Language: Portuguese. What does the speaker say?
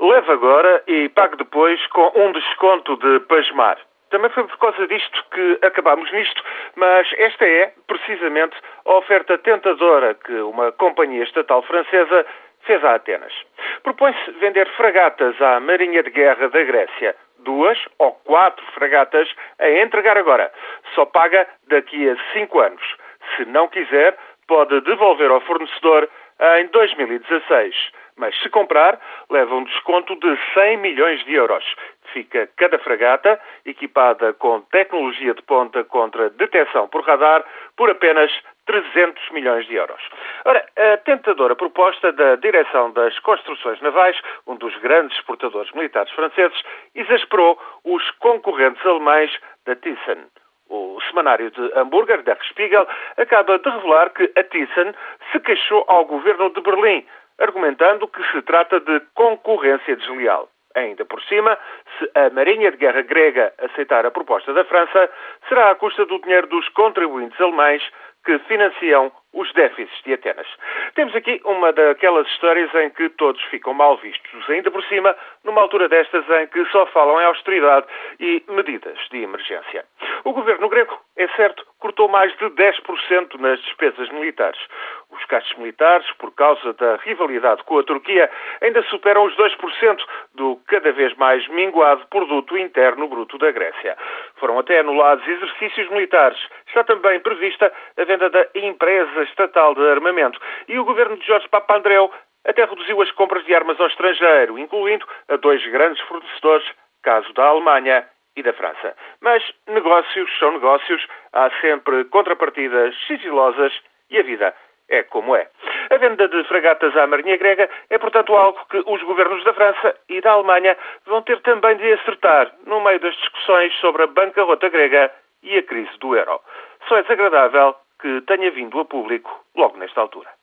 Leve agora e pague depois com um desconto de pasmar. Também foi por causa disto que acabámos nisto, mas esta é, precisamente, a oferta tentadora que uma companhia estatal francesa fez a Atenas. Propõe-se vender fragatas à Marinha de Guerra da Grécia. 2 ou 4 fragatas a entregar agora. Só paga daqui a 5 anos. Se não quiser, pode devolver ao fornecedor em 2016. Mas se comprar, leva um desconto de 100 milhões de euros. Fica cada fragata equipada com tecnologia de ponta contra detecção por radar por apenas 300 milhões de euros. Ora, a tentadora proposta da Direção das Construções Navais, um dos grandes exportadores militares franceses, exasperou os concorrentes alemães da Thyssen. O semanário de Hamburger, Der Spiegel, acaba de revelar que a Thyssen se queixou ao governo de Berlim, argumentando que se trata de concorrência desleal. Ainda por cima, se a Marinha de Guerra grega aceitar a proposta da França, será à custa do dinheiro dos contribuintes alemães que financiam os déficits de Atenas. Temos aqui uma daquelas histórias em que todos ficam mal vistos, ainda por cima, numa altura destas em que só falam em austeridade e medidas de emergência. O governo grego, é certo, cortou mais de 10% nas despesas militares. Os gastos militares, por causa da rivalidade com a Turquia, ainda superam os 2% do cada vez mais minguado produto interno bruto da Grécia. Foram até anulados exercícios militares. Está também prevista a venda da empresa estatal de armamento. E o governo de Jorge Papandreou até reduziu as compras de armas ao estrangeiro, incluindo a 2 grandes fornecedores, caso da Alemanha e da França. Mas negócios são negócios, há sempre contrapartidas sigilosas e a vida é como é. A venda de fragatas à Marinha Grega é, portanto, algo que os governos da França e da Alemanha vão ter também de acertar no meio das discussões sobre a bancarrota grega e a crise do euro. Só é desagradável que tenha vindo a público logo nesta altura.